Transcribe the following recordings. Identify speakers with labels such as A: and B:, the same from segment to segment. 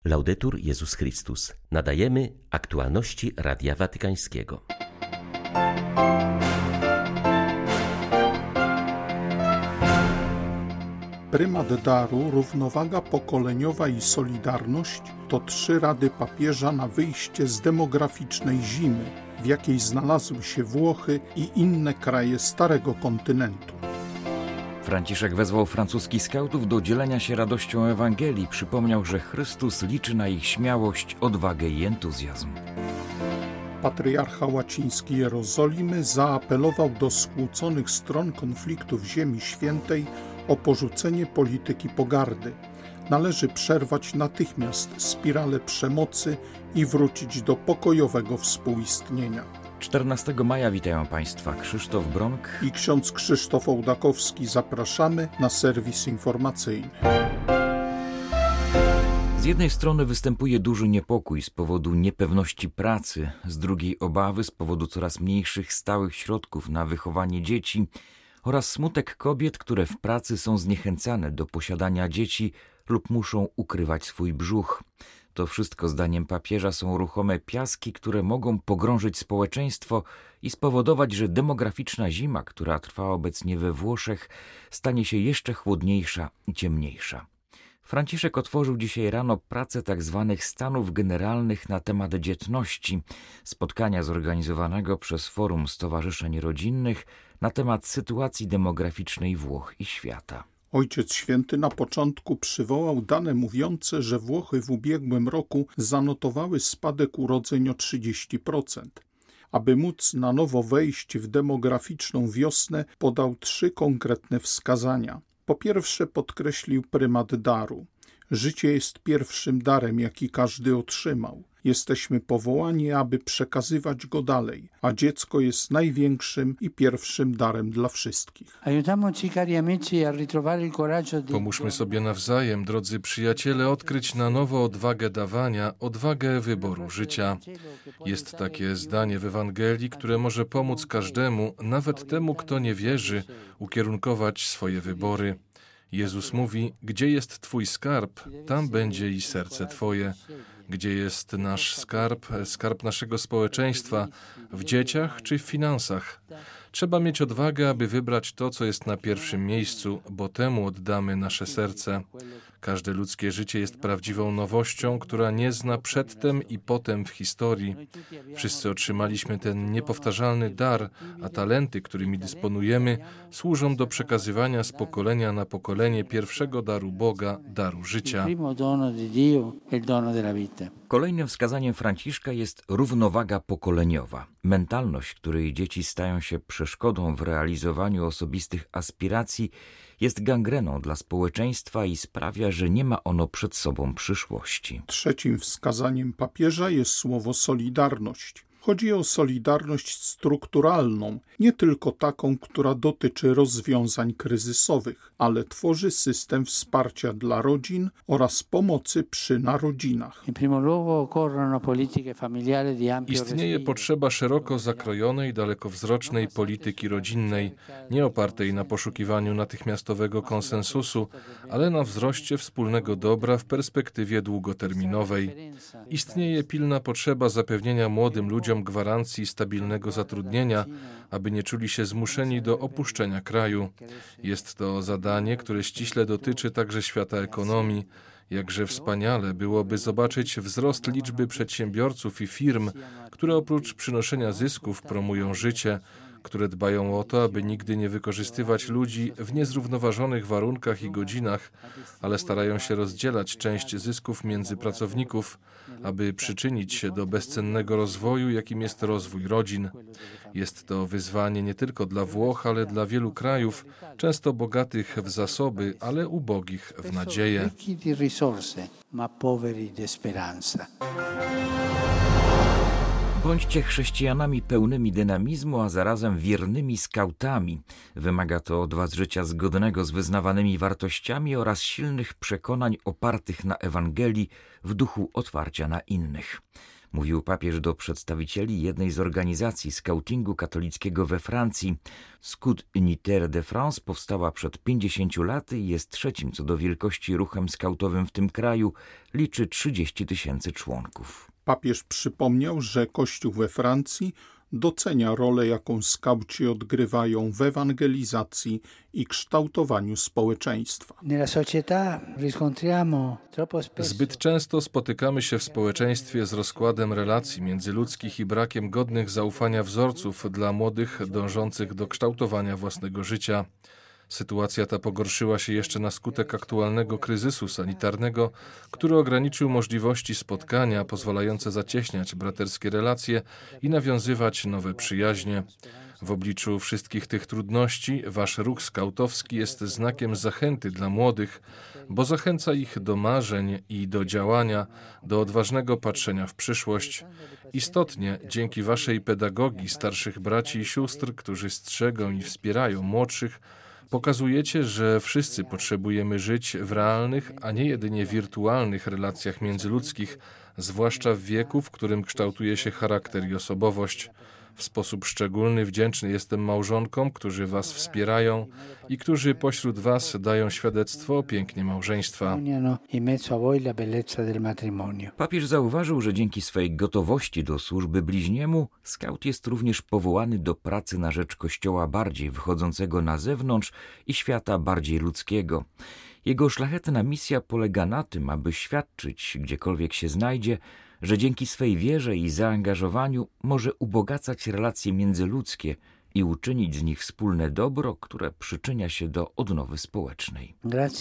A: Laudetur Jezus Chrystus. Nadajemy aktualności Radia Watykańskiego.
B: Prymat daru, równowaga pokoleniowa i solidarność to 3 rady papieża na wyjście z demograficznej zimy, w jakiej znalazły się Włochy i inne kraje Starego Kontynentu.
C: Franciszek wezwał francuskich skautów do dzielenia się radością Ewangelii. Przypomniał, że Chrystus liczy na ich śmiałość, odwagę i entuzjazm.
B: Patriarcha łaciński Jerozolimy zaapelował do skłóconych stron konfliktu w Ziemi Świętej o porzucenie polityki pogardy. Należy przerwać natychmiast spiralę przemocy i wrócić do pokojowego współistnienia.
C: 14 maja witają Państwa Krzysztof Bronk
B: I ksiądz Krzysztof Ołdakowski. Zapraszamy na serwis informacyjny.
C: Z jednej strony występuje duży niepokój z powodu niepewności pracy, z drugiej obawy z powodu coraz mniejszych stałych środków na wychowanie dzieci oraz smutek kobiet, które w pracy są zniechęcane do posiadania dzieci lub muszą ukrywać swój brzuch. To wszystko, zdaniem papieża, są ruchome piaski, które mogą pogrążyć społeczeństwo i spowodować, że demograficzna zima, która trwa obecnie we Włoszech, stanie się jeszcze chłodniejsza i ciemniejsza. Franciszek otworzył dzisiaj rano pracę tzw. stanów generalnych na temat dzietności, spotkania zorganizowanego przez Forum Stowarzyszeń Rodzinnych na temat sytuacji demograficznej Włoch i świata.
B: Ojciec Święty na początku przywołał dane mówiące, że Włochy w ubiegłym roku zanotowały spadek urodzeń o 30%. Aby móc na nowo wejść w demograficzną wiosnę, podał 3 konkretne wskazania. Po pierwsze, podkreślił prymat daru. Życie jest pierwszym darem, jaki każdy otrzymał. Jesteśmy powołani, aby przekazywać go dalej, a dziecko jest największym i pierwszym darem dla wszystkich.
D: Pomóżmy sobie nawzajem, drodzy przyjaciele, odkryć na nowo odwagę dawania, odwagę wyboru życia. Jest takie zdanie w Ewangelii, które może pomóc każdemu, nawet temu, kto nie wierzy, ukierunkować swoje wybory. Jezus mówi: gdzie jest Twój skarb, tam będzie i serce Twoje. Gdzie jest nasz skarb, skarb naszego społeczeństwa, w dzieciach czy w finansach? Trzeba mieć odwagę, aby wybrać to, co jest na pierwszym miejscu, bo temu oddamy nasze serce. Każde ludzkie życie jest prawdziwą nowością, która nie zna przedtem i potem w historii. Wszyscy otrzymaliśmy ten niepowtarzalny dar, a talenty, którymi dysponujemy, służą do przekazywania z pokolenia na pokolenie pierwszego daru Boga, daru życia.
C: Kolejnym wskazaniem Franciszka jest równowaga pokoleniowa. Mentalność, której dzieci stają się przeszkodą w realizowaniu osobistych aspiracji, jest gangreną dla społeczeństwa i sprawia, że nie ma ono przed sobą przyszłości.
B: Trzecim wskazaniem papieża jest słowo solidarność. Chodzi o solidarność strukturalną, nie tylko taką, która dotyczy rozwiązań kryzysowych, ale tworzy system wsparcia dla rodzin oraz pomocy przy narodzinach.
D: Istnieje potrzeba szeroko zakrojonej, dalekowzrocznej polityki rodzinnej, nie opartej na poszukiwaniu natychmiastowego konsensusu, ale na wzroście wspólnego dobra w perspektywie długoterminowej. Istnieje pilna potrzeba zapewnienia młodym ludziom gwarancji stabilnego zatrudnienia, aby nie czuli się zmuszeni do opuszczenia kraju. Jest to zadanie, które ściśle dotyczy także świata ekonomii. Jakże wspaniale byłoby zobaczyć wzrost liczby przedsiębiorców i firm, które oprócz przynoszenia zysków promują życie, które dbają o to, aby nigdy nie wykorzystywać ludzi w niezrównoważonych warunkach i godzinach, ale starają się rozdzielać część zysków między pracowników, aby przyczynić się do bezcennego rozwoju, jakim jest rozwój rodzin. Jest to wyzwanie nie tylko dla Włoch, ale dla wielu krajów, często bogatych w zasoby, ale ubogich w nadzieję.
C: Bądźcie chrześcijanami pełnymi dynamizmu, a zarazem wiernymi skautami. Wymaga to od was życia zgodnego z wyznawanymi wartościami oraz silnych przekonań opartych na Ewangelii w duchu otwarcia na innych. mówił papież do przedstawicieli jednej z organizacji skautingu katolickiego we Francji. Scout Unitaire de France powstała przed 50 laty i jest trzecim co do wielkości ruchem skautowym w tym kraju. Liczy 30 000 członków.
B: Papież przypomniał, że Kościół we Francji docenia rolę, jaką skauci odgrywają w ewangelizacji i kształtowaniu społeczeństwa.
D: Zbyt często spotykamy się w społeczeństwie z rozkładem relacji międzyludzkich i brakiem godnych zaufania wzorców dla młodych dążących do kształtowania własnego życia. Sytuacja ta pogorszyła się jeszcze na skutek aktualnego kryzysu sanitarnego, który ograniczył możliwości spotkania pozwalające zacieśniać braterskie relacje i nawiązywać nowe przyjaźnie. W obliczu wszystkich tych trudności wasz ruch skautowski jest znakiem zachęty dla młodych, bo zachęca ich do marzeń i do działania, do odważnego patrzenia w przyszłość. Istotnie, dzięki waszej pedagogii starszych braci i sióstr, którzy strzegą i wspierają młodszych, pokazujecie, że wszyscy potrzebujemy żyć w realnych, a nie jedynie wirtualnych relacjach międzyludzkich, zwłaszcza w wieku, w którym kształtuje się charakter i osobowość. W sposób szczególny wdzięczny jestem małżonkom, którzy was wspierają i którzy pośród was dają świadectwo o pięknie małżeństwa.
C: Papież zauważył, że dzięki swej gotowości do służby bliźniemu, skaut jest również powołany do pracy na rzecz Kościoła bardziej wychodzącego na zewnątrz i świata bardziej ludzkiego. Jego szlachetna misja polega na tym, aby świadczyć, gdziekolwiek się znajdzie, że dzięki swej wierze i zaangażowaniu może ubogacać relacje międzyludzkie i uczynić z nich wspólne dobro, które przyczynia się do odnowy społecznej.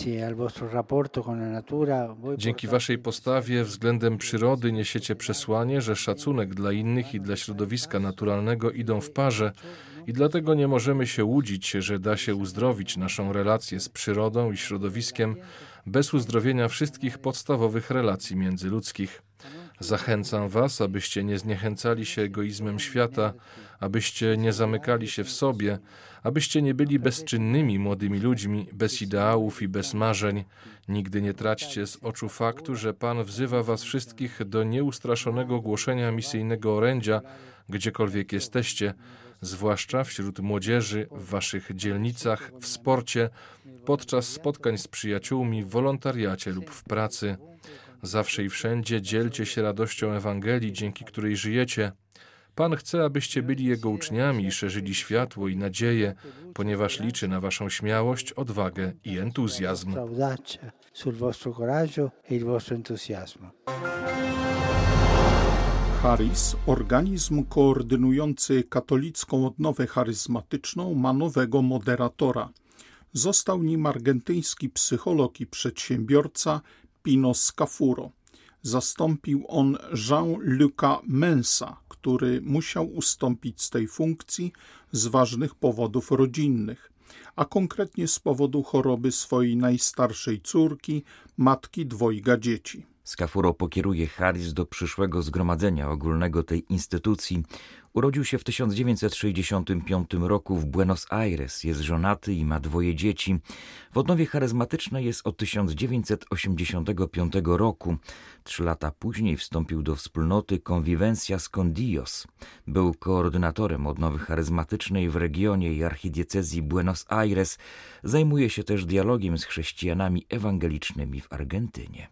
D: Dzięki waszej postawie względem przyrody niesiecie przesłanie, że szacunek dla innych i dla środowiska naturalnego idą w parze i dlatego nie możemy się łudzić, że da się uzdrowić naszą relację z przyrodą i środowiskiem bez uzdrowienia wszystkich podstawowych relacji międzyludzkich. Zachęcam was, abyście nie zniechęcali się egoizmem świata, abyście nie zamykali się w sobie, abyście nie byli bezczynnymi młodymi ludźmi, bez ideałów i bez marzeń. Nigdy nie traćcie z oczu faktu, że Pan wzywa was wszystkich do nieustraszonego głoszenia misyjnego orędzia, gdziekolwiek jesteście, zwłaszcza wśród młodzieży, w waszych dzielnicach, w sporcie, podczas spotkań z przyjaciółmi, w wolontariacie lub w pracy. Zawsze i wszędzie dzielcie się radością Ewangelii, dzięki której żyjecie. Pan chce, abyście byli Jego uczniami i szerzyli światło i nadzieję, ponieważ liczy na waszą śmiałość, odwagę i entuzjazm.
B: Charis, organizm koordynujący katolicką odnowę charyzmatyczną, ma nowego moderatora. Został nim argentyński psycholog i przedsiębiorca Pino Scafuro. Zastąpił on Jean-Luca Mensa, który musiał ustąpić z tej funkcji z ważnych powodów rodzinnych, a konkretnie z powodu choroby swojej najstarszej córki, matki dwojga dzieci.
C: Scafuro pokieruje Charis do przyszłego zgromadzenia ogólnego tej instytucji. Urodził się w 1965 roku w Buenos Aires, jest żonaty i ma 2 dzieci. W odnowie charyzmatycznej jest od 1985 roku. 3 lata później wstąpił do wspólnoty Convivencias con Dios. Był koordynatorem odnowy charyzmatycznej w regionie i archidiecezji Buenos Aires. Zajmuje się też dialogiem z chrześcijanami ewangelicznymi w Argentynie.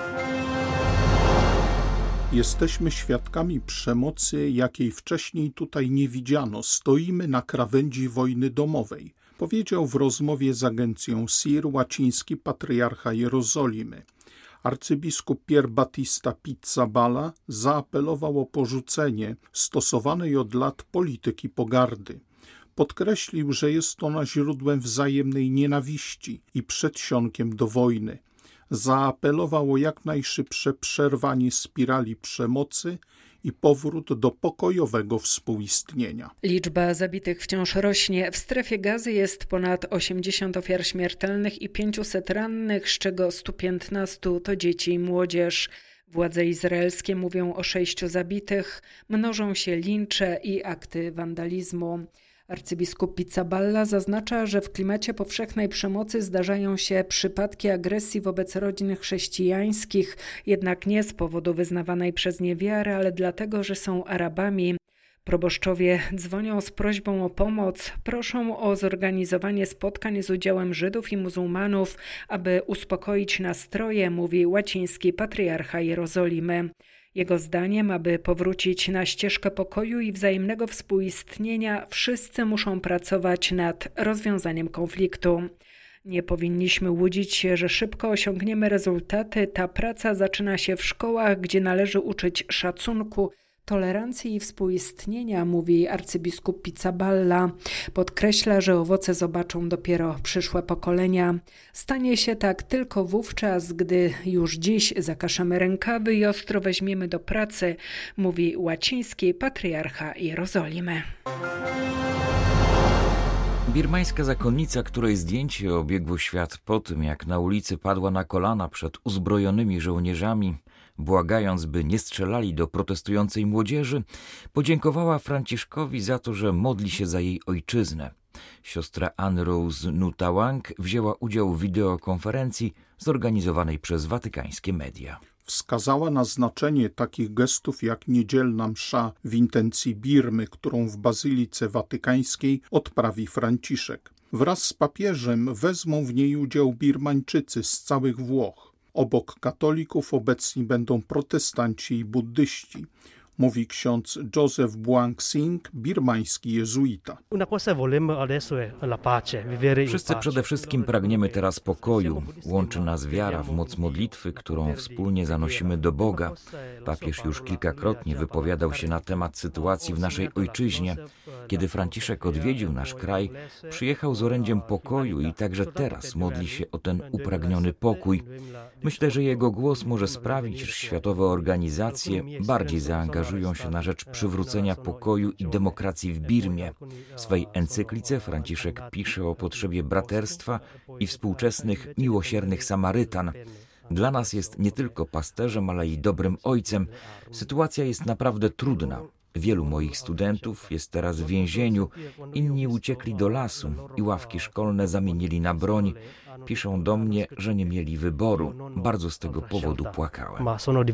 B: Jesteśmy świadkami przemocy, jakiej wcześniej tutaj nie widziano. Stoimy na krawędzi wojny domowej, powiedział w rozmowie z agencją SIR łaciński patriarcha Jerozolimy. Arcybiskup Pier Battista Pizzaballa zaapelował o porzucenie stosowanej od lat polityki pogardy. Podkreślił, że jest ona źródłem wzajemnej nienawiści i przedsionkiem do wojny. Zaapelował o jak najszybsze przerwanie spirali przemocy i powrót do pokojowego współistnienia.
E: Liczba zabitych wciąż rośnie. W strefie Gazy jest ponad 80 ofiar śmiertelnych i 500 rannych, z czego 115 to dzieci i młodzież. Władze izraelskie mówią o 6 zabitych, mnożą się lincze i akty wandalizmu. Arcybiskup Pizzaballa zaznacza, że w klimacie powszechnej przemocy zdarzają się przypadki agresji wobec rodzin chrześcijańskich, jednak nie z powodu wyznawanej przez nie wiary, ale dlatego, że są Arabami. Proboszczowie dzwonią z prośbą o pomoc, proszą o zorganizowanie spotkań z udziałem Żydów i muzułmanów, aby uspokoić nastroje, mówi łaciński patriarcha Jerozolimy. Jego zdaniem, aby powrócić na ścieżkę pokoju i wzajemnego współistnienia, wszyscy muszą pracować nad rozwiązaniem konfliktu. Nie powinniśmy łudzić się, że szybko osiągniemy rezultaty. Ta praca zaczyna się w szkołach, gdzie należy uczyć szacunku, tolerancji i współistnienia, mówi arcybiskup Pizzaballa. Podkreśla, że owoce zobaczą dopiero przyszłe pokolenia. Stanie się tak tylko wówczas, gdy już dziś zakaszemy rękawy i ostro weźmiemy do pracy, mówi łaciński patriarcha Jerozolimy.
C: Birmańska zakonnica, której zdjęcie obiegło świat po tym, jak na ulicy padła na kolana przed uzbrojonymi żołnierzami, błagając, by nie strzelali do protestującej młodzieży, podziękowała Franciszkowi za to, że modli się za jej ojczyznę. Siostra Anne-Rose Nutawang wzięła udział w wideokonferencji zorganizowanej przez watykańskie media.
B: Wskazała na znaczenie takich gestów jak niedzielna msza w intencji Birmy, którą w Bazylice Watykańskiej odprawi Franciszek. Wraz z papieżem wezmą w niej udział Birmańczycy z całych Włoch. Obok katolików obecni będą protestanci i buddyści, mówi ksiądz Joseph Boang Sing, birmański jezuita.
C: Wszyscy przede wszystkim pragniemy teraz pokoju. Łączy nas wiara w moc modlitwy, którą wspólnie zanosimy do Boga. Papież już kilkakrotnie wypowiadał się na temat sytuacji w naszej ojczyźnie. Kiedy Franciszek odwiedził nasz kraj, przyjechał z orędziem pokoju i także teraz modli się o ten upragniony pokój. Myślę, że jego głos może sprawić, że światowe organizacje bardziej zaangażują się na rzecz przywrócenia pokoju i demokracji w Birmie. W swej encyklice Franciszek pisze o potrzebie braterstwa i współczesnych, miłosiernych Samarytan. Dla nas jest nie tylko pasterzem, ale i dobrym ojcem. Sytuacja jest naprawdę trudna. Wielu moich studentów jest teraz w więzieniu, inni uciekli do lasu i ławki szkolne zamienili na broń. Piszą do mnie, że nie mieli wyboru. Bardzo z tego powodu płakałem.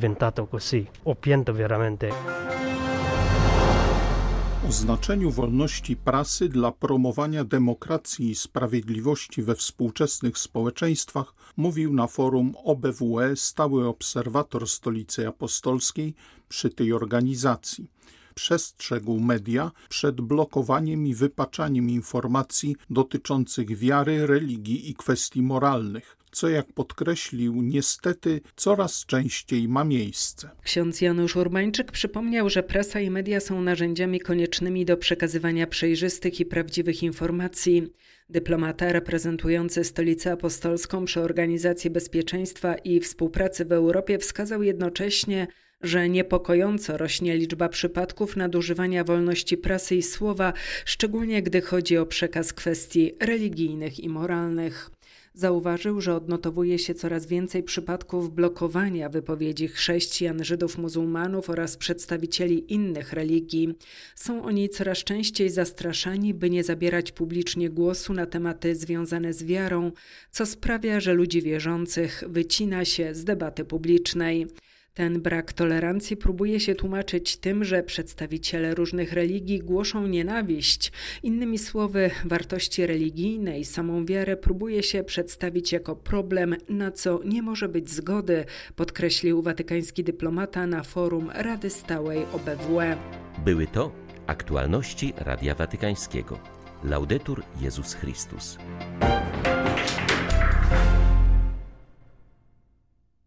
B: O znaczeniu wolności prasy dla promowania demokracji i sprawiedliwości we współczesnych społeczeństwach mówił na forum OBWE stały obserwator Stolicy Apostolskiej przy tej organizacji. Przestrzegł media przed blokowaniem i wypaczaniem informacji dotyczących wiary, religii i kwestii moralnych, co jak podkreślił, niestety coraz częściej ma miejsce.
E: Ksiądz Janusz Urbańczyk przypomniał, że prasa i media są narzędziami koniecznymi do przekazywania przejrzystych i prawdziwych informacji. Dyplomata reprezentujący Stolicę Apostolską przy Organizacji Bezpieczeństwa i Współpracy w Europie wskazał jednocześnie, że niepokojąco rośnie liczba przypadków nadużywania wolności prasy i słowa, szczególnie gdy chodzi o przekaz kwestii religijnych i moralnych. Zauważył, że odnotowuje się coraz więcej przypadków blokowania wypowiedzi chrześcijan, Żydów, muzułmanów oraz przedstawicieli innych religii. Są oni coraz częściej zastraszani, by nie zabierać publicznie głosu na tematy związane z wiarą, co sprawia, że ludzi wierzących wycina się z debaty publicznej. Ten brak tolerancji próbuje się tłumaczyć tym, że przedstawiciele różnych religii głoszą nienawiść. Innymi słowy, wartości religijne i samą wiarę próbuje się przedstawić jako problem, na co nie może być zgody, podkreślił watykański dyplomata na forum Rady Stałej OBWE.
A: Były to aktualności Radia Watykańskiego. Laudetur Jezus Chrystus.